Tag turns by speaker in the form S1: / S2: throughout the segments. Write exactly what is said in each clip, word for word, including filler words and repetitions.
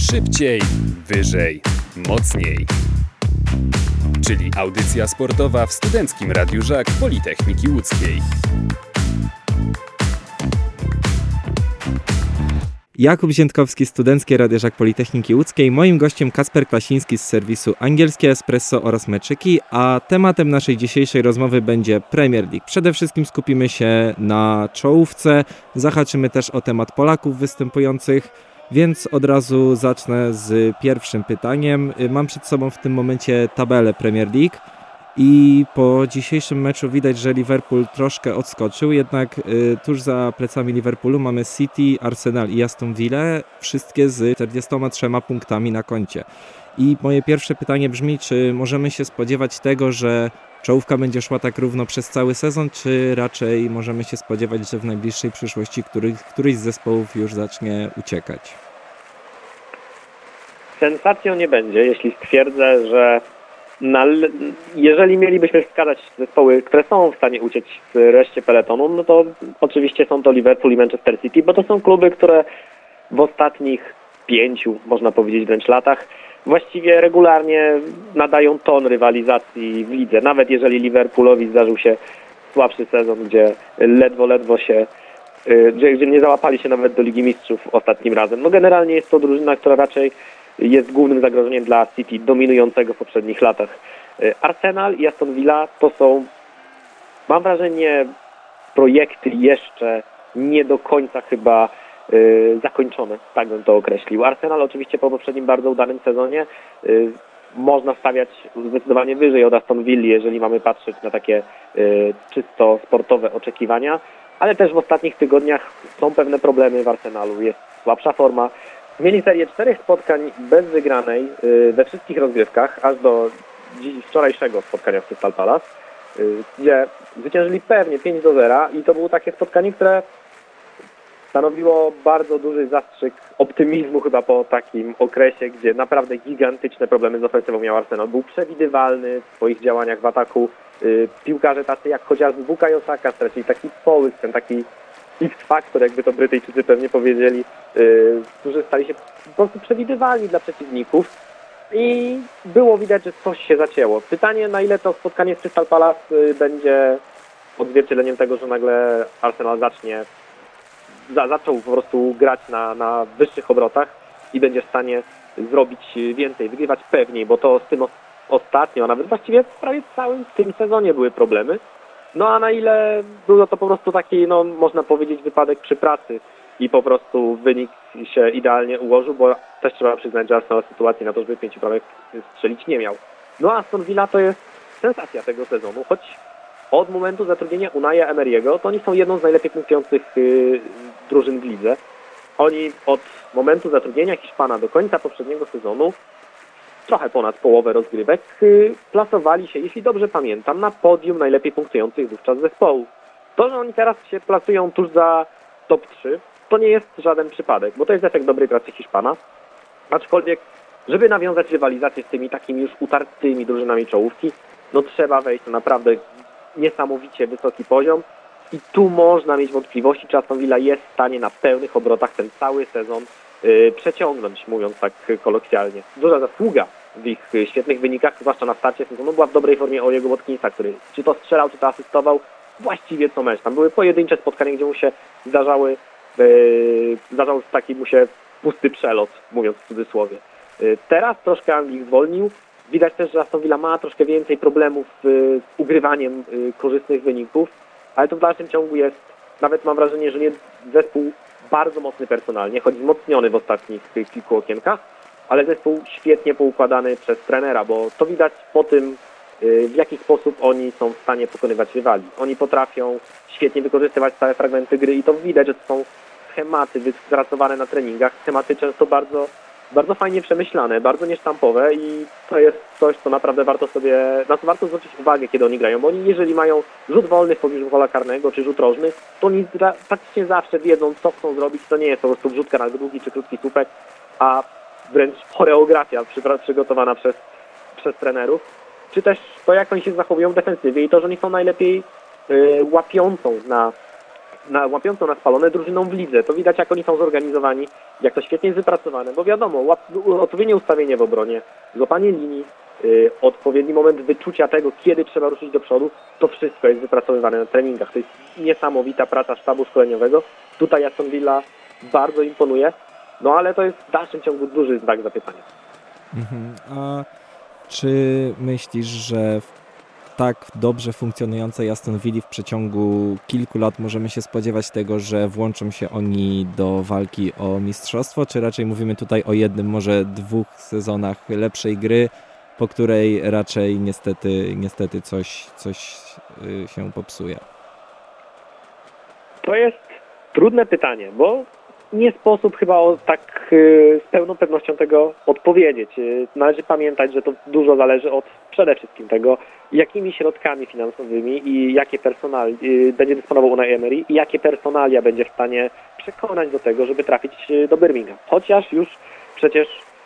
S1: Szybciej, wyżej, mocniej. Czyli audycja sportowa w Studenckim Radiu Żak Politechniki Łódzkiej.
S2: Jakub Ziętkowski, Studenckie Radio Żak Politechniki Łódzkiej. Moim gościem Kacper Klasiński z serwisu Angielskie Espresso oraz Meczyki, a tematem naszej dzisiejszej rozmowy będzie Premier League. Przede wszystkim skupimy się na czołówce, zahaczymy też o temat Polaków występujących, więc od razu zacznę z pierwszym pytaniem. Mam przed sobą w tym momencie tabelę Premier League i po dzisiejszym meczu widać, że Liverpool troszkę odskoczył, jednak y, tuż za plecami Liverpoolu mamy City, Arsenal i Aston Villa, wszystkie z czterdziestoma trzema punktami na koncie. I moje pierwsze pytanie brzmi, czy możemy się spodziewać tego, że czołówka będzie szła tak równo przez cały sezon, czy raczej możemy się spodziewać, że w najbliższej przyszłości który, któryś z zespołów już zacznie uciekać?
S3: Sensacją nie będzie, jeśli stwierdzę, że na, jeżeli mielibyśmy wskazać zespoły, które są w stanie uciec z reszcie peletonu, no to oczywiście są to Liverpool i Manchester City, bo to są kluby, które w ostatnich pięciu, można powiedzieć wręcz latach, właściwie regularnie nadają ton rywalizacji w lidze. Nawet jeżeli Liverpoolowi zdarzył się słabszy sezon, gdzie ledwo, ledwo się, gdzie, gdzie nie załapali się nawet do Ligi Mistrzów ostatnim razem. No generalnie jest to drużyna, która raczej jest głównym zagrożeniem dla City, dominującego w poprzednich latach. Arsenal i Aston Villa to są, mam wrażenie, projekty jeszcze nie do końca chyba yy, zakończone, tak bym to określił. Arsenal oczywiście po poprzednim bardzo udanym sezonie yy, można stawiać zdecydowanie wyżej od Aston Villa, jeżeli mamy patrzeć na takie yy, czysto sportowe oczekiwania, ale też w ostatnich tygodniach są pewne problemy w Arsenalu, jest słabsza forma. Mieli serię czterech spotkań bez wygranej yy, we wszystkich rozgrywkach, aż do dziś, wczorajszego spotkania w Crystal Palace, yy, gdzie zwyciężyli pewnie pięć do zera i to było takie spotkanie, które stanowiło bardzo duży zastrzyk optymizmu chyba po takim okresie, gdzie naprawdę gigantyczne problemy z ofensywą miał Arsenal. Był przewidywalny w swoich działaniach w ataku. Yy, piłkarze tacy jak chociażby Bukayo Saka stracili taki połysk, ten taki X-faktor, jakby to Brytyjczycy pewnie powiedzieli, yy, którzy stali się po prostu przewidywalni dla przeciwników i było widać, że coś się zacięło. Pytanie, na ile to spotkanie z Crystal Palace yy, będzie odzwierciedleniem tego, że nagle Arsenal zacznie, za, zaczął po prostu grać na, na wyższych obrotach i będzie w stanie zrobić więcej, wygrywać pewniej, bo to z tym o, ostatnio, a nawet właściwie prawie w całym tym sezonie były problemy. No a na ile było to po prostu taki, no można powiedzieć, wypadek przy pracy i po prostu wynik się idealnie ułożył, bo też trzeba przyznać, że Arsenal sytuacji na to, żeby pięciu bramek strzelić nie miał. No a Aston Villa to jest sensacja tego sezonu, choć od momentu zatrudnienia Unaia Emery'ego to oni są jedną z najlepiej punktujących yy, drużyn w lidze. Oni od momentu zatrudnienia Hiszpana do końca poprzedniego sezonu trochę ponad połowę rozgrywek plasowali się, jeśli dobrze pamiętam, na podium najlepiej punktujących wówczas zespołów. To, że oni teraz się plasują tuż za top trzy, to nie jest żaden przypadek, bo to jest efekt dobrej pracy Hiszpana. Aczkolwiek, żeby nawiązać rywalizację z tymi takimi już utartymi drużynami czołówki, no trzeba wejść na naprawdę niesamowicie wysoki poziom i tu można mieć wątpliwości, czy Aston Villa jest w stanie na pełnych obrotach ten cały sezon yy, przeciągnąć, mówiąc tak kolokwialnie. Duża zasługa w ich świetnych wynikach, zwłaszcza na starcie sezonu, była w dobrej formie Oliego Watkinsa, który czy to strzelał, czy to asystował właściwie co mecz. Tam były pojedyncze spotkania, gdzie mu się zdarzały, yy, zdarzał taki mu się pusty przelot, mówiąc w cudzysłowie. Yy, teraz troszkę Anglik zwolnił. Widać też, że Aston Villa ma troszkę więcej problemów yy, z ugrywaniem yy, korzystnych wyników, ale to w dalszym ciągu jest, nawet mam wrażenie, że nie zespół bardzo mocny personalnie, choć wzmocniony w ostatnich yy, kilku okienkach, ale zespół świetnie poukładany przez trenera, bo to widać po tym, w jaki sposób oni są w stanie pokonywać rywali. Oni potrafią świetnie wykorzystywać stałe fragmenty gry i to widać, że to są schematy wypracowane na treningach, schematy często bardzo, bardzo fajnie przemyślane, bardzo niesztampowe i to jest coś, co naprawdę warto sobie, na co warto zwrócić uwagę, kiedy oni grają, bo oni jeżeli mają rzut wolny w pobliżu pola karnego czy rzut rożny, to oni praktycznie zawsze wiedzą, co chcą zrobić, to nie jest po prostu wrzutka na długi czy krótki słupek, a wręcz choreografia przygotowana przez, przez trenerów, czy też to, jak oni się zachowują w defensywie i to, że oni są najlepiej y, łapiącą na na, łapiącą na spalone drużyną w lidze. To widać, jak oni są zorganizowani, jak to świetnie jest wypracowane, bo wiadomo, łap, odpowiednie ustawienie w obronie, złapanie linii, yy, odpowiedni moment wyczucia tego, kiedy trzeba ruszyć do przodu, to wszystko jest wypracowywane na treningach. To jest niesamowita praca sztabu szkoleniowego. Tutaj Aston Villa bardzo imponuje, no ale to jest w dalszym ciągu duży znak zapytania.
S2: Mhm. A czy myślisz, że w tak dobrze funkcjonującej Aston Villa w przeciągu kilku lat możemy się spodziewać tego, że włączą się oni do walki o mistrzostwo, czy raczej mówimy tutaj o jednym, może dwóch sezonach lepszej gry, po której raczej niestety, niestety coś, coś się popsuje?
S3: To jest trudne pytanie, bo nie sposób chyba o tak y, z pełną pewnością tego odpowiedzieć. Y, należy pamiętać, że to dużo zależy od przede wszystkim tego, jakimi środkami finansowymi i jakie personal y, będzie dysponował Unai Emery i jakie personalia będzie w stanie przekonać do tego, żeby trafić y, do Birmingham. Chociaż już przecież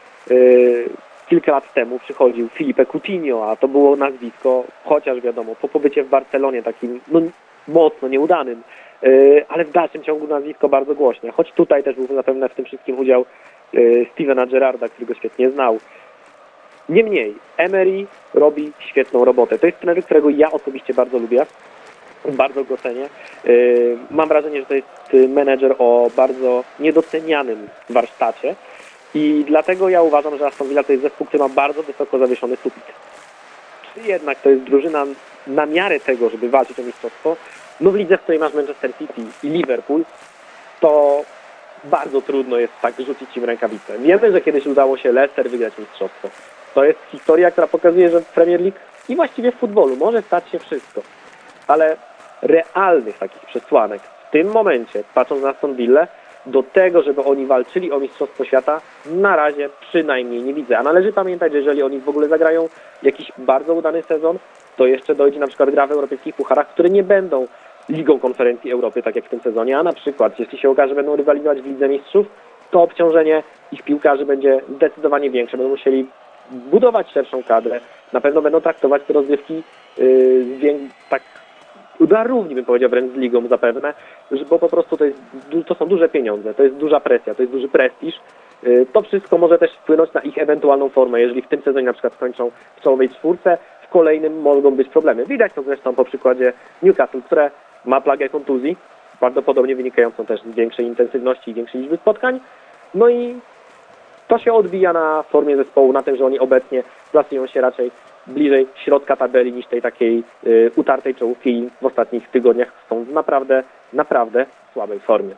S3: y, kilka lat temu przychodził Filipe Coutinho, a to było nazwisko, chociaż wiadomo, po pobycie w Barcelonie takim no, mocno nieudanym, ale w dalszym ciągu nazwisko bardzo głośne. Choć tutaj też był zapewne w tym wszystkim udział Stevena Gerrarda, którego świetnie znał. Niemniej, Emery robi świetną robotę. To jest trener, którego ja osobiście bardzo lubię, bardzo go cenię. Mam wrażenie, że to jest menedżer o bardzo niedocenianym warsztacie i dlatego ja uważam, że Aston Villa to jest zespół, który ma bardzo wysoko zawieszony sufit. Czy jednak to jest drużyna na miarę tego, żeby walczyć o mistrzostwo? No w lidze, w której masz Manchester City i Liverpool, to bardzo trudno jest tak rzucić im rękawicę. Wiemy, że kiedyś udało się Leicester wygrać mistrzostwo. To jest historia, która pokazuje, że w Premier League i właściwie w futbolu może stać się wszystko. Ale realnych takich przesłanek w tym momencie, patrząc na Aston Villę, do tego, żeby oni walczyli o mistrzostwo świata, na razie przynajmniej nie widzę. A należy pamiętać, że jeżeli oni w ogóle zagrają jakiś bardzo udany sezon, to jeszcze dojdzie na przykład gra w europejskich pucharach, które nie będą Ligą Konferencji Europy, tak jak w tym sezonie, a na przykład, jeśli się okaże, że będą rywalizować w Lidze Mistrzów, to obciążenie ich piłkarzy będzie zdecydowanie większe. Będą musieli budować szerszą kadrę, na pewno będą traktować te rozgrywki yy, tak na równi, bym powiedział, wręcz z ligą zapewne, bo po prostu to, jest, to są duże pieniądze, to jest duża presja, to jest duży prestiż. Yy, to wszystko może też wpłynąć na ich ewentualną formę, jeżeli w tym sezonie na przykład skończą w czołowej czwórce, w kolejnym mogą być problemy. Widać to zresztą po przykładzie Newcastle, które ma plagę kontuzji, prawdopodobnie wynikającą też z większej intensywności i większej liczby spotkań. No i to się odbija na formie zespołu, na tym, że oni obecnie plasują się raczej bliżej środka tabeli niż tej takiej y, utartej czołówki i w ostatnich tygodniach są w naprawdę, naprawdę słabej formie.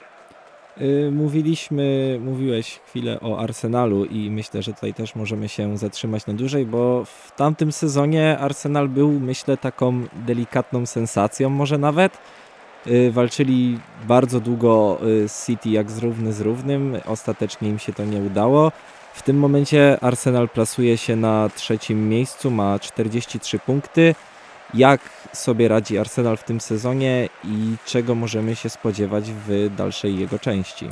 S2: Mówiliśmy, mówiłeś chwilę o Arsenalu i myślę, że tutaj też możemy się zatrzymać na dłużej, bo w tamtym sezonie Arsenal był, myślę, taką delikatną sensacją może nawet. Walczyli bardzo długo z City jak z równy z równym, ostatecznie im się to nie udało. W tym momencie Arsenal plasuje się na trzecim miejscu, ma czterdzieści trzy punkty. Jak sobie radzi Arsenal w tym sezonie i czego możemy się spodziewać w dalszej jego części?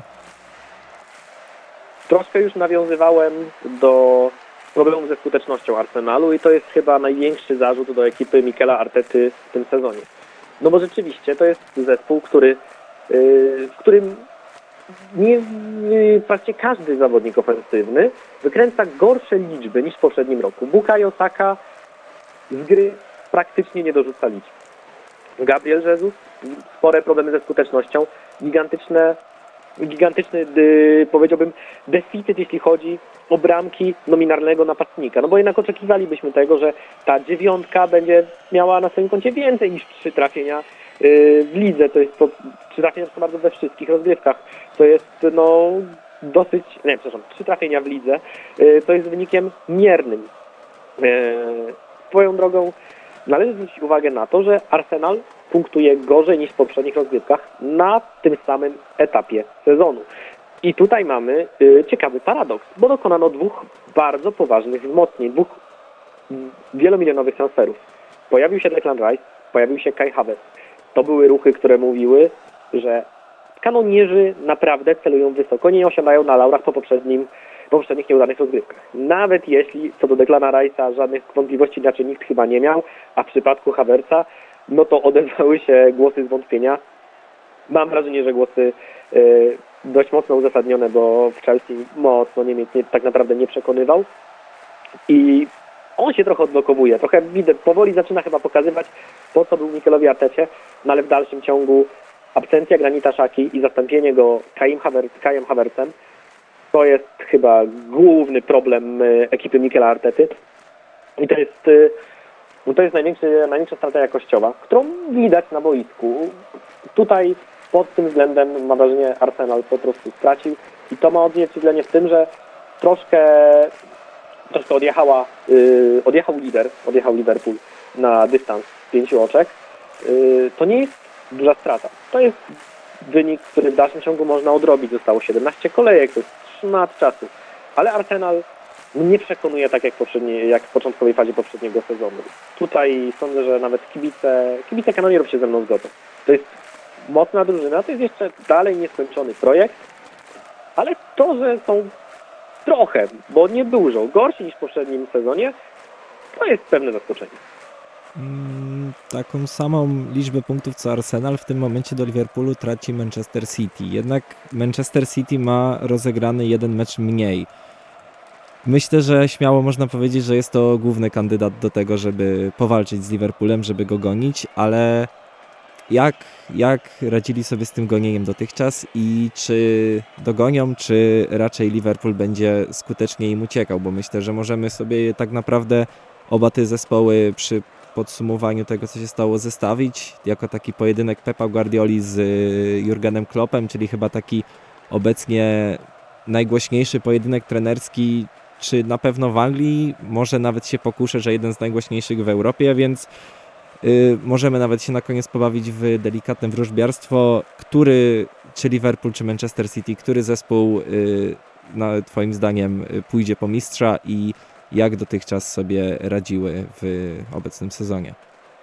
S3: Troszkę już nawiązywałem do problemu ze skutecznością Arsenalu i to jest chyba największy zarzut do ekipy Mikela Artety w tym sezonie. No bo rzeczywiście to jest zespół, który, w którym nie, właściwie każdy zawodnik ofensywny wykręca gorsze liczby niż w poprzednim roku. Bukayo Saka z gry praktycznie nie dorzuca liczb. Gabriel Jesus, spore problemy ze skutecznością, gigantyczne, gigantyczny, yy, powiedziałbym, deficyt, jeśli chodzi o bramki nominalnego napastnika. No bo jednak oczekiwalibyśmy tego, że ta dziewiątka będzie miała na swoim koncie więcej niż trzy trafienia yy, w lidze. To jest to, trzy trafienia to bardzo we wszystkich rozgrywkach. To jest no dosyć, nie, przepraszam, trzy trafienia w lidze. Yy, to jest wynikiem miernym. Yy, swoją drogą należy zwrócić uwagę na to, że Arsenal punktuje gorzej niż w poprzednich rozgrywkach na tym samym etapie sezonu. I tutaj mamy y, ciekawy paradoks, bo dokonano dwóch bardzo poważnych wzmocnień, dwóch wielomilionowych transferów. Pojawił się Declan Rice, pojawił się Kai Havertz. To były ruchy, które mówiły, że kanonierzy naprawdę celują wysoko, nie osiadają na laurach po poprzednim w poprzednich nieudanych rozgrywkach. Nawet jeśli co do Declana Rice'a żadnych wątpliwości inaczej nikt chyba nie miał, a w przypadku Havertza, no to odezwały się głosy zwątpienia mam wrażenie, że głosy y, dość mocno uzasadnione, bo w Chelsea mocno Niemiec nie, tak naprawdę nie przekonywał i on się trochę odblokowuje, trochę widzę, powoli zaczyna chyba pokazywać, po co był Mikelowi Artecie, no ale w dalszym ciągu absencja Granita Xhaki i zastąpienie go Kajem Havertz, Kajem Havertzem to jest chyba główny problem ekipy Mikela Artety i to jest, to jest największy, największa strata jakościowa, którą widać na boisku. Tutaj pod tym względem mam wrażenie Arsenal po prostu stracił i to ma odzwierciedlenie w tym, że troszkę, troszkę odjechała, yy, odjechał lider, odjechał Liverpool na dystans pięciu oczek. Yy, to nie jest duża strata. To jest wynik, który w dalszym ciągu można odrobić. Zostało siedemnaście kolejek, to jest szmat czasu. Ale Arsenal nie przekonuje tak jak, poprzednie, jak w początkowej fazie poprzedniego sezonu. Tutaj sądzę, że nawet kibice, kibice kanonierów się ze mną zgodzą. To jest mocna drużyna, to jest jeszcze dalej nieskończony projekt, ale to, że są trochę, bo nie dużo, gorsi niż w poprzednim sezonie, to jest pewne zaskoczenie.
S2: Mm, taką samą liczbę punktów co Arsenal w tym momencie do Liverpoolu traci Manchester City. Jednak Manchester City ma rozegrany jeden mecz mniej. Myślę, że śmiało można powiedzieć, że jest to główny kandydat do tego, żeby powalczyć z Liverpoolem, żeby go gonić, ale jak, jak radzili sobie z tym gonieniem dotychczas i czy dogonią, czy raczej Liverpool będzie skutecznie im uciekał, bo myślę, że możemy sobie tak naprawdę oba te zespoły przy podsumowaniu tego, co się stało, zestawić jako taki pojedynek Pepa Guardioli z Jurgenem Kloppem, czyli chyba taki obecnie najgłośniejszy pojedynek trenerski, czy na pewno w Anglii, może nawet się pokuszę, że jeden z najgłośniejszych w Europie, więc yy, możemy nawet się na koniec pobawić w delikatne wróżbiarstwo, który, czy Liverpool, czy Manchester City, który zespół yy, na twoim zdaniem pójdzie po mistrza i jak dotychczas sobie radziły w obecnym sezonie?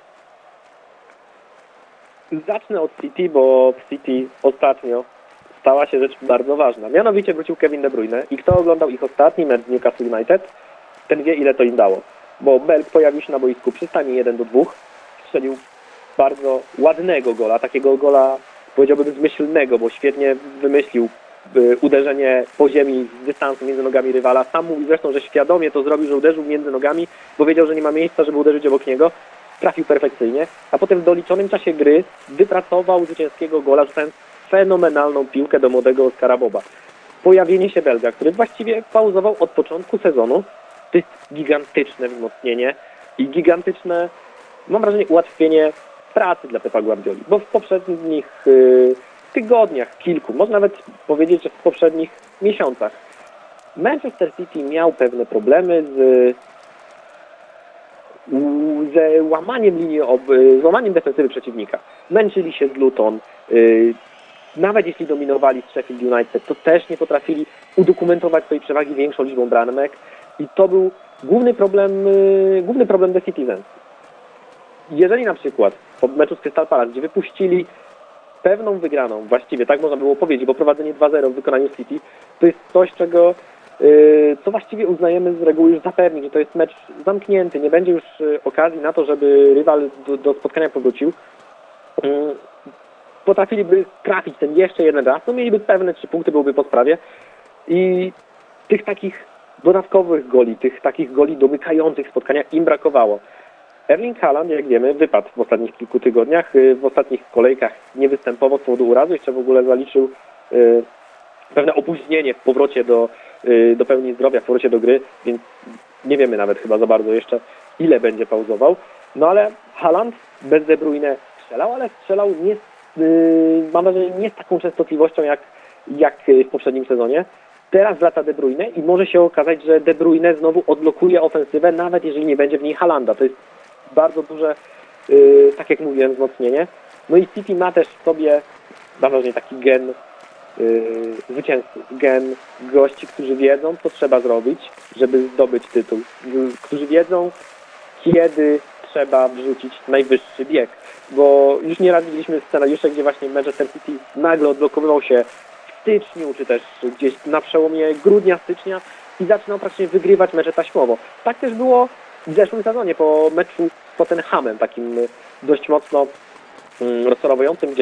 S3: Zacznę od City, bo w City ostatnio stała się rzecz bardzo ważna. Mianowicie wrócił Kevin De Bruyne i kto oglądał ich ostatni mecz z Newcastle United, ten wie, ile to im dało. Bo Belg pojawił się na boisku przy stanie jeden do dwóch, strzelił bardzo ładnego gola, takiego gola powiedziałbym zmyślnego, bo świetnie wymyślił uderzenie po ziemi z dystansu między nogami rywala. Sam mówił zresztą, że świadomie to zrobił, że uderzył między nogami, bo wiedział, że nie ma miejsca, żeby uderzyć obok niego. Trafił perfekcyjnie, a potem w doliczonym czasie gry wypracował zwycięskiego gola, rzucając fenomenalną piłkę do młodego Oskara Boba. Pojawienie się Belga, który właściwie pauzował od początku sezonu, to jest gigantyczne wzmocnienie i gigantyczne, mam wrażenie, ułatwienie pracy dla Pepa Guardioli, bo w poprzednich yy, tygodniach, kilku, można nawet powiedzieć, że w poprzednich miesiącach Manchester City miał pewne problemy z, z łamaniem linii, z łamaniem defensywy przeciwnika. Męczyli się z Luton, yy, nawet jeśli dominowali z Sheffield United, to też nie potrafili udokumentować swojej przewagi większą liczbą bramek i to był główny problem, yy, główny problem The Citizens. Jeżeli na przykład po meczu z Crystal Palace, gdzie wypuścili pewną wygraną, właściwie tak można było powiedzieć, bo prowadzenie dwa zero w wykonaniu City, to jest coś, czego yy, co właściwie uznajemy z reguły już za pewnik, że to jest mecz zamknięty, nie będzie już yy, okazji na to, żeby rywal do, do spotkania powrócił. Yy, potrafiliby trafić ten jeszcze jeden raz, to mieliby pewne trzy punkty, byłby po sprawie i tych takich dodatkowych goli, tych takich goli domykających spotkania im brakowało. Erling Haaland, jak wiemy, wypadł w ostatnich kilku tygodniach, w ostatnich kolejkach nie występował z powodu urazu, jeszcze w ogóle zaliczył y, pewne opóźnienie w powrocie do, y, do pełni zdrowia, w powrocie do gry, więc nie wiemy nawet chyba za bardzo jeszcze, ile będzie pauzował. No ale Haaland bez De Bruyne strzelał, ale strzelał nie, y, mam wrażenie, nie z taką częstotliwością jak, jak w poprzednim sezonie. Teraz wraca De Bruyne i może się okazać, że De Bruyne znowu odblokuje ofensywę, nawet jeżeli nie będzie w niej Haalanda. To jest bardzo duże, yy, tak jak mówiłem, wzmocnienie. No i City ma też w sobie, mam wrażenie, taki gen yy, zwycięzców, gen gości, którzy wiedzą, co trzeba zrobić, żeby zdobyć tytuł, którzy wiedzą, kiedy trzeba wrzucić najwyższy bieg, bo już nieraz widzieliśmy scenariusze, gdzie właśnie Manchester City nagle odblokowywał się w styczniu, czy też gdzieś na przełomie grudnia, stycznia i zaczynał praktycznie wygrywać mecze taśmowo. Tak też było w zeszłym sezonie po meczu z Tottenhamem, takim dość mocno rozczarowującym, gdzie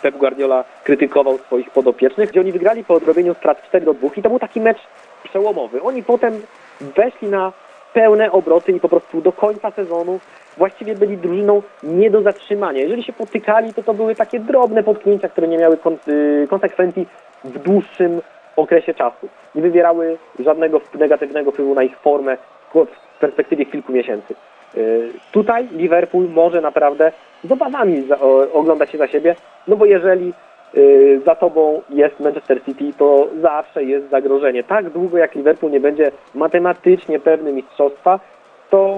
S3: Pep Guardiola krytykował swoich podopiecznych, gdzie oni wygrali po odrobieniu strat cztery do dwóch i to był taki mecz przełomowy. Oni potem weszli na pełne obroty i po prostu do końca sezonu właściwie byli drużyną nie do zatrzymania. Jeżeli się potykali, to to były takie drobne potknięcia, które nie miały kon- yy, konsekwencji w dłuższym okresie czasu. Nie wywierały żadnego negatywnego wpływu na ich formę w perspektywie kilku miesięcy. Yy, tutaj Liverpool może naprawdę z obawami za, o, oglądać się za siebie, no bo jeżeli yy, za tobą jest Manchester City, to zawsze jest zagrożenie. Tak długo jak Liverpool nie będzie matematycznie pewny mistrzostwa, to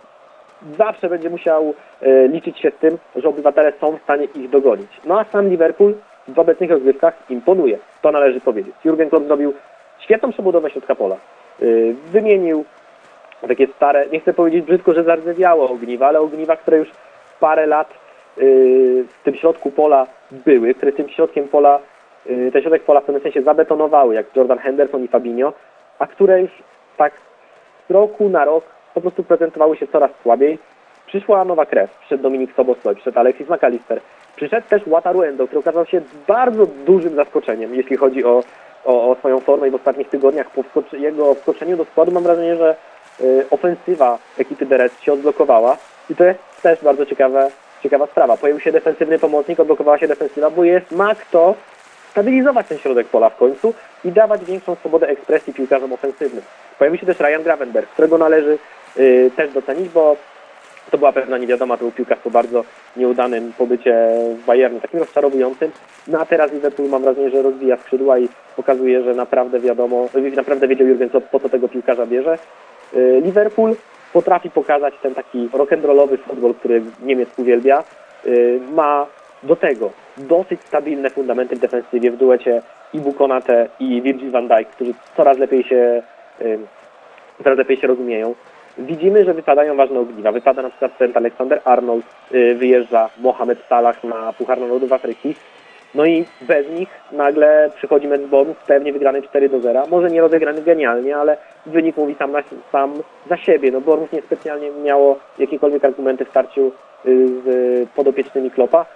S3: zawsze będzie musiał e, liczyć się z tym, że obywatele są w stanie ich dogonić. No a sam Liverpool w obecnych rozgrywkach imponuje. To należy powiedzieć. Jurgen Klopp zrobił świetną przebudowę środka pola. E, wymienił takie stare, nie chcę powiedzieć brzydko, że zardzewiałe ogniwa, ale ogniwa, które już parę lat e, w tym środku pola były, które tym środkiem pola, e, ten środek pola w pewnym sensie zabetonowały, jak Jordan Henderson i Fabinho, a które już tak z roku na rok po prostu prezentowały się coraz słabiej. Przyszła nowa krew. Przyszedł Dominik Szoboszlai, przyszedł Alexis McAllister. Przyszedł też Wataru Endo, który okazał się bardzo dużym zaskoczeniem, jeśli chodzi o, o, o swoją formę i w ostatnich tygodniach po wskoczy, jego wskoczeniu do składu mam wrażenie, że y, ofensywa ekipy The Reds się odblokowała i to jest też bardzo ciekawe, ciekawa sprawa. Pojawił się defensywny pomocnik, odblokowała się defensywa, bo jest, ma kto stabilizować ten środek pola w końcu i dawać większą swobodę ekspresji piłkarzom ofensywnym. Pojawił się też Ryan Gravenberch, którego należy y, też docenić, bo to była pewna niewiadoma, to był piłkarz po bardzo nieudanym pobycie w Bayernie, takim rozczarowującym. No a teraz Liverpool mam wrażenie, że rozwija skrzydła i pokazuje, że naprawdę wiadomo, naprawdę wiedział Jurgen Klopp, po co tego piłkarza bierze. Y, Liverpool potrafi pokazać ten taki rock'n'rollowy futbol, który Niemiec uwielbia. Y, ma do tego dosyć stabilne fundamenty w defensywie w duecie Ibu Konate i Virgil van Dijk, którzy coraz lepiej się y, coraz lepiej się rozumieją. Widzimy, że wypadają ważne ogniwa. Wypada na przykład Trent Alexander-Arnold, y, wyjeżdża Mohamed Salah na Puchar Narodów Afryki. No i bez nich nagle przychodzi mecz z Bournemouth, pewnie wygrany cztery do zera. Może nie rozegrany genialnie, ale wynik mówi sam, na, sam za siebie. No Bournemouth niespecjalnie miało jakiekolwiek argumenty w starciu y, z podopiecznymi Kloppa.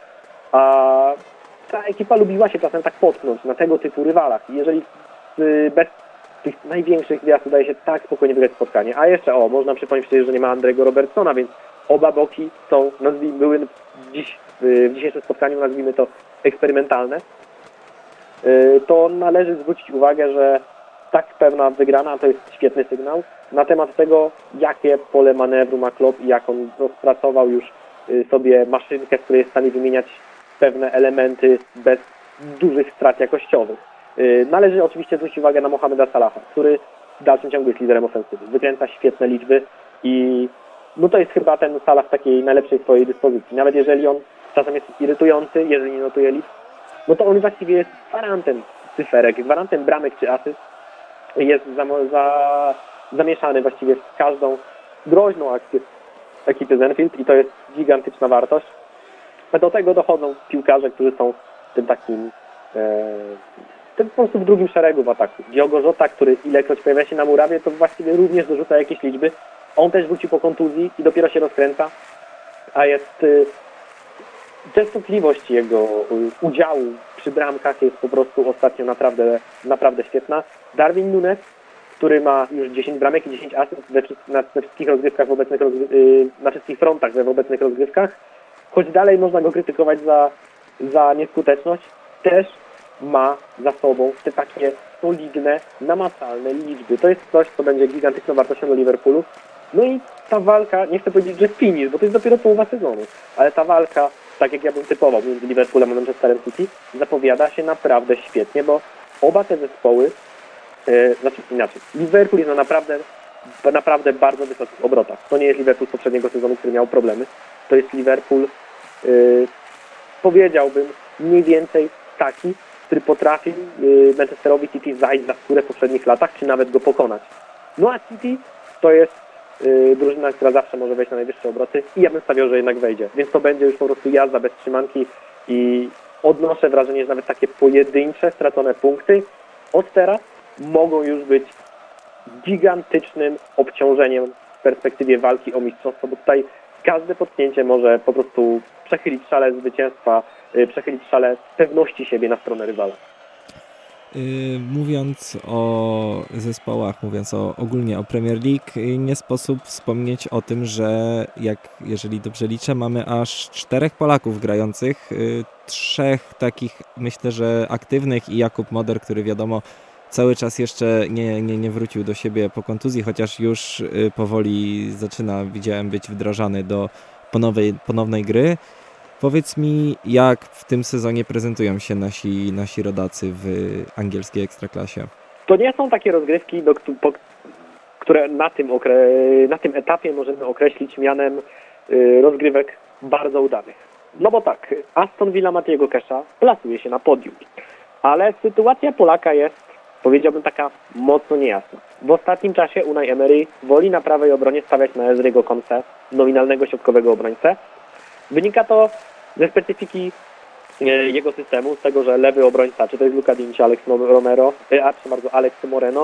S3: A ta ekipa lubiła się czasem tak potknąć na tego typu rywalach. I jeżeli y, bez tych największych gwiazd udaje się tak spokojnie wygrać spotkanie. A jeszcze, o, można przypomnieć przecież, że nie ma Andrego Robertsona, więc oba boki są, nazwijmy, były dziś, w dzisiejszym spotkaniu, nazwijmy to, eksperymentalne. To należy zwrócić uwagę, że tak pewna wygrana to jest świetny sygnał na temat tego, jakie pole manewru ma Klopp i jak on rozpracował już sobie maszynkę, w której jest w stanie wymieniać pewne elementy bez dużych strat jakościowych. Należy oczywiście zwrócić uwagę na Mohameda Salaha, który w dalszym ciągu jest liderem ofensywy. Wykręca świetne liczby i no to jest chyba ten Salah w takiej najlepszej swojej dyspozycji. Nawet jeżeli on czasem jest irytujący, jeżeli nie notuje liczb, no to on właściwie jest gwarantem cyferek, gwarantem bramek czy asyst. Jest za, za, zamieszany właściwie w każdą groźną akcję ekipy Zenfield i to jest gigantyczna wartość. A do tego dochodzą piłkarze, którzy są tym takim e, tym po prostu w drugim szeregu w ataku. Diogo Jota, który ilekroć pojawia się na murawie, to właściwie również dorzuca jakieś liczby. On też wrócił po kontuzji i dopiero się rozkręca, a jest y, częstotliwość jego y, udziału przy bramkach jest po prostu ostatnio naprawdę, naprawdę świetna. Darwin Núñez, który ma już dziesięć bramek i dziesięć asyst we, na, we wszystkich rozgrywkach w obecnych rozgry- y, na wszystkich frontach we w obecnych rozgrywkach, choć dalej można go krytykować za, za nieskuteczność, też ma za sobą te takie solidne, namacalne liczby. To jest coś, co będzie gigantyczną wartością do Liverpoolu. No i ta walka, nie chcę powiedzieć, że finish, bo to jest dopiero połowa sezonu, ale ta walka, tak jak ja bym typował między Liverpoolem a Manchesterem City, zapowiada się naprawdę świetnie, bo oba te zespoły, yy, znaczy inaczej, Liverpool jest na naprawdę, naprawdę bardzo wysokich obrotach. To nie jest Liverpool z poprzedniego sezonu, który miał problemy. To jest Liverpool, yy, powiedziałbym, mniej więcej taki, który potrafi yy, Manchesterowi City zajść za skórę w poprzednich latach, czy nawet go pokonać. No a City to jest yy, drużyna, która zawsze może wejść na najwyższe obroty i ja bym stawiał, że jednak wejdzie. Więc to będzie już po prostu jazda bez trzymanki i odnoszę wrażenie, że nawet takie pojedyncze, stracone punkty od teraz mogą już być gigantycznym obciążeniem w perspektywie walki o mistrzostwo, bo tutaj każde potknięcie może po prostu przechylić szale zwycięstwa przechylić szale pewności siebie na stronę rywala.
S2: Mówiąc o zespołach, mówiąc o, ogólnie o Premier League, nie sposób wspomnieć o tym, że jak, jeżeli dobrze liczę, mamy aż czterech Polaków grających, trzech takich, myślę, że aktywnych i Jakub Moder, który wiadomo cały czas jeszcze nie, nie, nie wrócił do siebie po kontuzji, chociaż już powoli zaczyna, widziałem, być wdrażany do ponownej, ponownej gry. Powiedz mi, jak w tym sezonie prezentują się nasi, nasi rodacy w angielskiej ekstraklasie?
S3: To nie są takie rozgrywki, do, po, które na tym, okre- na tym etapie możemy określić mianem y, rozgrywek bardzo udanych. No bo tak, Aston Villa Matiego Kesha plasuje się na podium, ale sytuacja Polaka jest, powiedziałbym, taka mocno niejasna. W ostatnim czasie Unai Emery woli na prawej obronie stawiać na Ezriego Konse, nominalnego środkowego obrońcę. Wynika to ze specyfiki jego systemu, z tego, że lewy obrońca, czy to jest Luka Digne, Alex Romero, a przepraszam bardzo, Alex Moreno,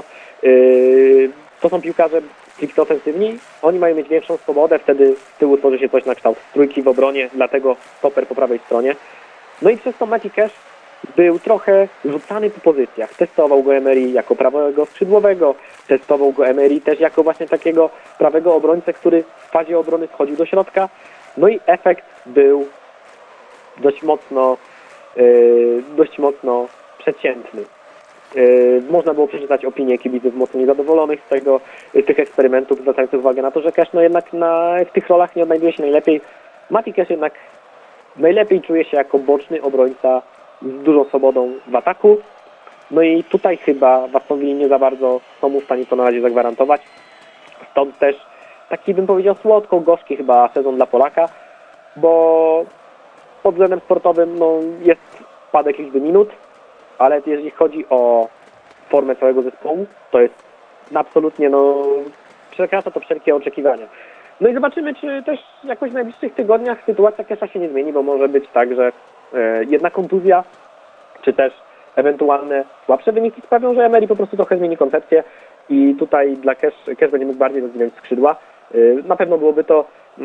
S3: yy, to są piłkarze stricte ofensywni, oni mają mieć większą swobodę, wtedy z tyłu tworzy się coś na kształt trójki w obronie, dlatego stoper po prawej stronie. No i przez to Matty Cash był trochę rzucany po pozycjach. Testował go Emery jako prawego skrzydłowego, testował go Emery też jako właśnie takiego prawego obrońcę, który w fazie obrony wchodził do środka. No i efekt był dość mocno, yy, dość mocno przeciętny. Yy, można było przeczytać opinie kibiców mocno niezadowolonych z tego, yy, tych eksperymentów, zwracających uwagę na to, że Cash no jednak na, w tych rolach nie odnajduje się najlepiej. Matty Cash jednak najlepiej czuje się jako boczny obrońca z dużą swobodą w ataku. No i tutaj chyba w Aston Villa nie za bardzo są mu w stanie to na razie zagwarantować. Stąd też taki, bym powiedział, słodko-gorzki chyba sezon dla Polaka, bo pod względem sportowym no, jest spadek liczby minut, ale jeżeli chodzi o formę całego zespołu, to jest absolutnie, no, przekracza to wszelkie oczekiwania. No i zobaczymy, czy też jakoś w najbliższych tygodniach sytuacja Kesha się nie zmieni, bo może być tak, że e, jedna kontuzja, czy też ewentualne słabsze wyniki sprawią, że Emery po prostu trochę zmieni koncepcję i tutaj dla Cash, Cash będzie mógł bardziej rozwinąć skrzydła. E, na pewno byłoby to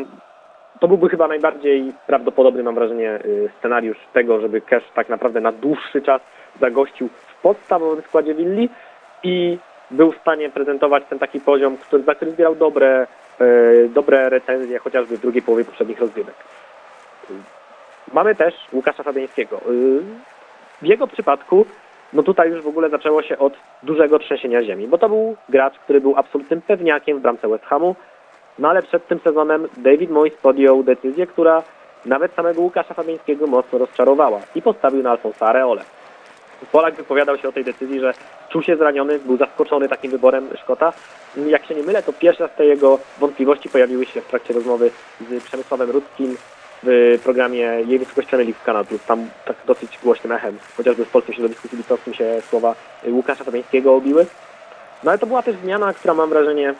S3: To byłby chyba najbardziej prawdopodobny, mam wrażenie, scenariusz tego, żeby Cash tak naprawdę na dłuższy czas zagościł w podstawowym składzie Willi i był w stanie prezentować ten taki poziom, który, za który zbierał dobre, e, dobre recenzje, chociażby w drugiej połowie poprzednich rozgrywek. Mamy też Łukasza Fabiańskiego. W jego przypadku, no tutaj już w ogóle zaczęło się od dużego trzęsienia ziemi, bo to był gracz, który był absolutnym pewniakiem w bramce West Hamu. No ale przed tym sezonem David Moyes podjął decyzję, która nawet samego Łukasza Fabiańskiego mocno rozczarowała i postawił na Alfonsa Areolę. Polak wypowiadał się o tej decyzji, że czuł się zraniony, był zaskoczony takim wyborem Szkota. Jak się nie mylę, to pierwsze z te jego wątpliwości pojawiły się w trakcie rozmowy z Przemysławem Rudzkim w programie Jej Wysokość Premier League w Kanal Plus. Tam tak dosyć głośnym echem, chociażby w polskim środowisku kibicowskim się słowa Łukasza Fabiańskiego obiły. No ale to była też zmiana, która, mam wrażenie,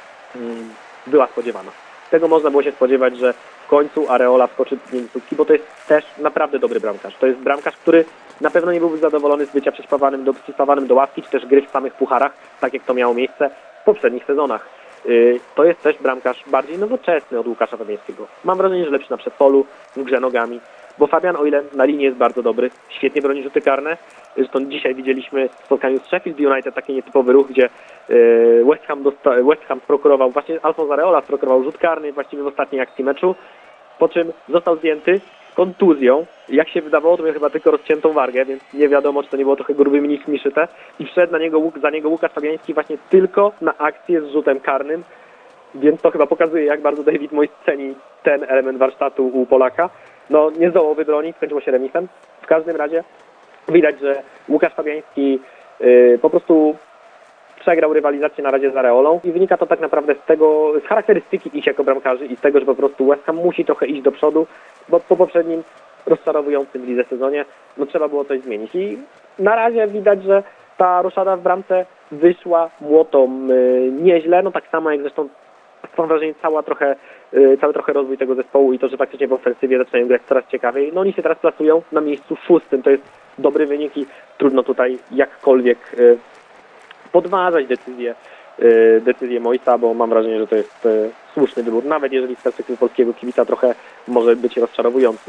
S3: była spodziewana. Z tego można było się spodziewać, że w końcu Areola wskoczy w miejscówki, bo to jest też naprawdę dobry bramkarz. To jest bramkarz, który na pewno nie byłby zadowolony z bycia przyspawanym do, przyspawanym do ławki, czy też gry w samych pucharach, tak jak to miało miejsce w poprzednich sezonach. Yy, to jest też bramkarz bardziej nowoczesny od Łukasza Fabiańskiego. Mam wrażenie, że lepszy na przedpolu, w grze nogami, bo Fabian, o ile na linii jest bardzo dobry, świetnie broni rzuty karne. Zresztą dzisiaj widzieliśmy w spotkaniu z Sheffield United taki nietypowy ruch, gdzie West Ham, dosta- West Ham prokurował, właśnie Alfonso Areola prokurował rzut karny właściwie w ostatniej akcji meczu, po czym został zdjęty z kontuzją. Jak się wydawało, to miał chyba tylko rozciętą wargę, więc nie wiadomo, czy to nie było trochę grubymi nićmi szyte. I wszedł na niego, za niego Łukasz Fabiański właśnie tylko na akcję z rzutem karnym, więc to chyba pokazuje, jak bardzo David Moyes ceni ten element warsztatu u Polaka. No nie zdołał wybronić, skończyło się remisem. W każdym razie widać, że Łukasz Fabiański yy, po prostu przegrał rywalizację na razie z Areolą i wynika to tak naprawdę z tego, z charakterystyki ich jako bramkarzy i z tego, że po prostu West Ham musi trochę iść do przodu, bo po poprzednim rozczarowującym w lidze sezonie no trzeba było coś zmienić i na razie widać, że ta roszada w bramce wyszła młotą yy, nieźle, no tak samo jak zresztą mam wrażenie cała trochę, yy, cały trochę rozwój tego zespołu i to, że faktycznie w ofensywie zaczynają grać coraz ciekawiej. No oni się teraz plasują na miejscu szóstym, to jest dobry wynik i trudno tutaj jakkolwiek yy, podważać decyzję, yy, decyzję Moyesa, bo mam wrażenie, że to jest yy, słuszny wybór, nawet jeżeli z perspektywy polskiego kibica trochę może być rozczarowujący.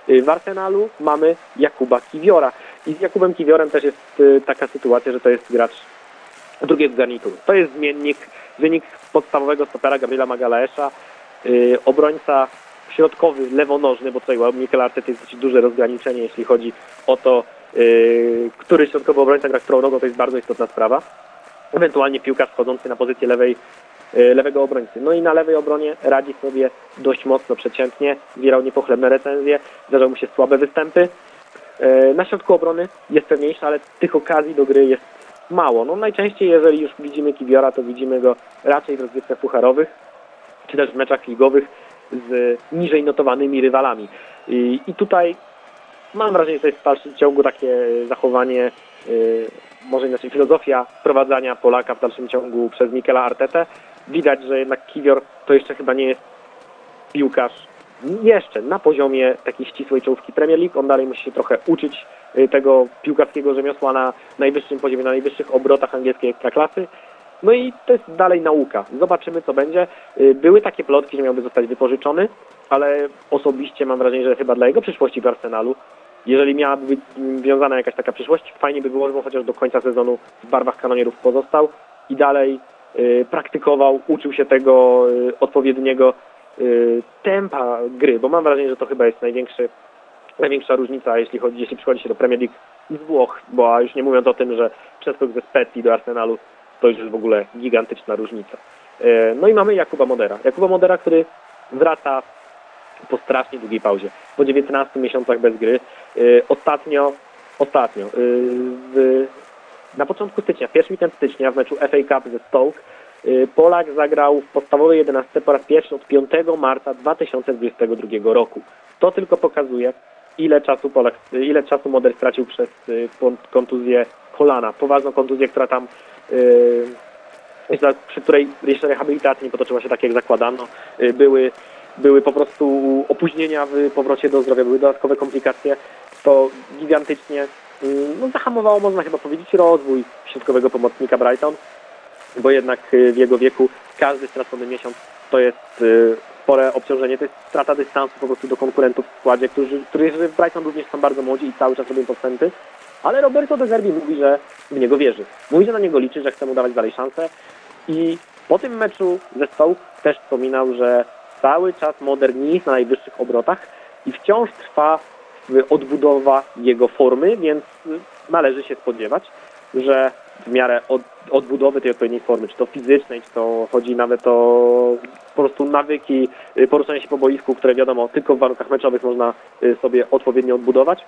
S3: W Arsenalu mamy Jakuba Kiwiora i z Jakubem Kiwiorem też jest taka sytuacja, że to jest gracz drugiego garnituru. To jest zmiennik, wynik podstawowego stopera Gabriela Magalaesza, yy, obrońca środkowy, lewonożny, bo tutaj u Mikel Artety jest dosyć duże rozgraniczenie, jeśli chodzi o to, yy, który środkowy obrońca gra którą nogą, to jest bardzo istotna sprawa. Ewentualnie piłkarz wchodzący na pozycję lewej, yy, lewego obrońcy. No i na lewej obronie radzi sobie dość mocno, przeciętnie, zbierał niepochlebne recenzje, zdarzały mu się słabe występy. Yy, na środku obrony jest pewniejszy, ale tych okazji do gry jest mało. No najczęściej, jeżeli już widzimy Kiwiora, to widzimy go raczej w rozgrywkach pucharowych, czy też w meczach ligowych z niżej notowanymi rywalami. I, i tutaj mam wrażenie, że to jest w dalszym ciągu takie zachowanie, yy, może inaczej filozofia wprowadzania Polaka w dalszym ciągu przez Mikela Artetę. Widać, że jednak Kiwior to jeszcze chyba nie jest piłkarz jeszcze na poziomie takiej ścisłej czołówki Premier League. On dalej musi się trochę uczyć tego piłkarskiego rzemiosła na najwyższym poziomie, na najwyższych obrotach angielskiej ekstraklasy. No i to jest dalej nauka. Zobaczymy, co będzie. Były takie plotki, że miałby zostać wypożyczony, ale osobiście mam wrażenie, że chyba dla jego przyszłości w Arsenalu, jeżeli miałaby być wiązana jakaś taka przyszłość, fajnie by było, żeby chociaż do końca sezonu w barwach kanonierów pozostał i dalej y, praktykował, uczył się tego y, odpowiedniego y, tempa gry, bo mam wrażenie, że to chyba jest największy Największa różnica, jeśli chodzi, jeśli przychodzi się do Premier League z Włoch, bo już nie mówiąc o tym, że przeskok ze Specji do Arsenalu to już jest w ogóle gigantyczna różnica. No i mamy Jakuba Modera. Jakuba Modera, który wraca po strasznie długiej pauzie, po dziewiętnastu miesiącach bez gry. Ostatnio, ostatnio w, na początku stycznia, w pierwszy weekend stycznia w meczu F A Cup ze Stoke Polak zagrał w podstawowej jedenastce po raz pierwszy od piątego marca dwa tysiące dwudziestego drugiego roku. To tylko pokazuje, ile czasu Polak, ile czasu Moder stracił przez kontuzję kolana, poważną kontuzję, która tam, yy, przy której jeszcze rehabilitacja nie potoczyła się tak, jak zakładano. Yy, były, były po prostu opóźnienia w powrocie do zdrowia, były dodatkowe komplikacje. To gigantycznie yy, no, zahamowało, można chyba powiedzieć, rozwój środkowego pomocnika Brighton, bo jednak w jego wieku każdy stracony miesiąc to jest yy, spore obciążenie, to jest strata dystansu po prostu do konkurentów w składzie, którzy, którzy w Brighton również są bardzo młodzi i cały czas robią postępy, ale Roberto De Zerbi mówi, że w niego wierzy. Mówi, że na niego liczy, że chce mu dawać dalej szansę i po tym meczu ze Stoke też wspominał, że cały czas Modern nie jest na najwyższych obrotach i wciąż trwa odbudowa jego formy, więc należy się spodziewać, że w miarę od, odbudowy tej odpowiedniej formy, czy to fizycznej, czy to chodzi nawet o po prostu nawyki poruszania się po boisku, które wiadomo tylko w warunkach meczowych można sobie odpowiednio odbudować.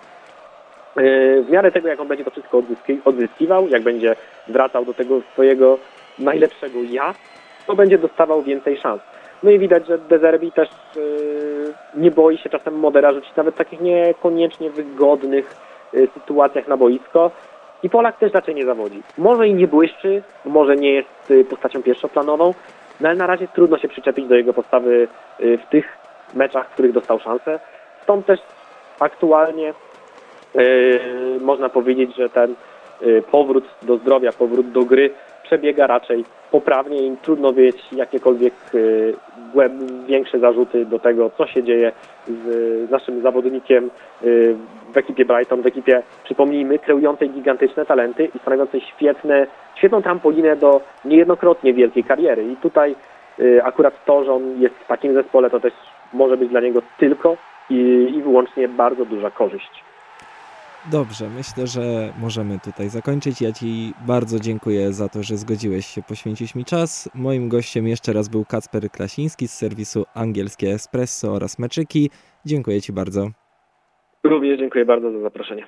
S3: W miarę tego, jak on będzie to wszystko odzyski, odzyskiwał, jak będzie wracał do tego swojego najlepszego ja, to będzie dostawał więcej szans. No i widać, że De Zerbi też yy, nie boi się czasem Modera rzucić nawet w takich niekoniecznie wygodnych yy, sytuacjach na boisko. I Polak też raczej nie zawodzi. Może i nie błyszczy, może nie jest postacią pierwszoplanową, no ale na razie trudno się przyczepić do jego postawy w tych meczach, w których dostał szansę. Stąd też aktualnie yy, można powiedzieć, że ten yy, powrót do zdrowia, powrót do gry przebiega raczej poprawnie i trudno mieć jakiekolwiek yy, głęb, większe zarzuty do tego, co się dzieje z, z naszym zawodnikiem yy, w ekipie Brighton, w ekipie, przypomnijmy, kreującej gigantyczne talenty i stanowiącej świetne, świetną trampolinę do niejednokrotnie wielkiej kariery. I tutaj y, akurat to, że on jest w takim zespole, to też może być dla niego tylko i, i wyłącznie bardzo duża korzyść.
S2: Dobrze, myślę, że możemy tutaj zakończyć. Ja Ci bardzo dziękuję za to, że zgodziłeś się poświęcić mi czas. Moim gościem jeszcze raz był Kacper Klasiński z serwisu Angielskie Espresso oraz Meczyki. Dziękuję Ci bardzo.
S3: Również dziękuję bardzo za zaproszenie.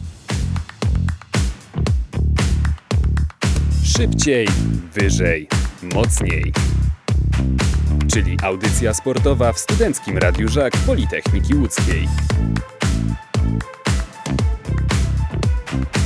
S1: Szybciej, wyżej, mocniej. Czyli audycja sportowa w Studenckim Radiu Żak Politechniki Łódzkiej.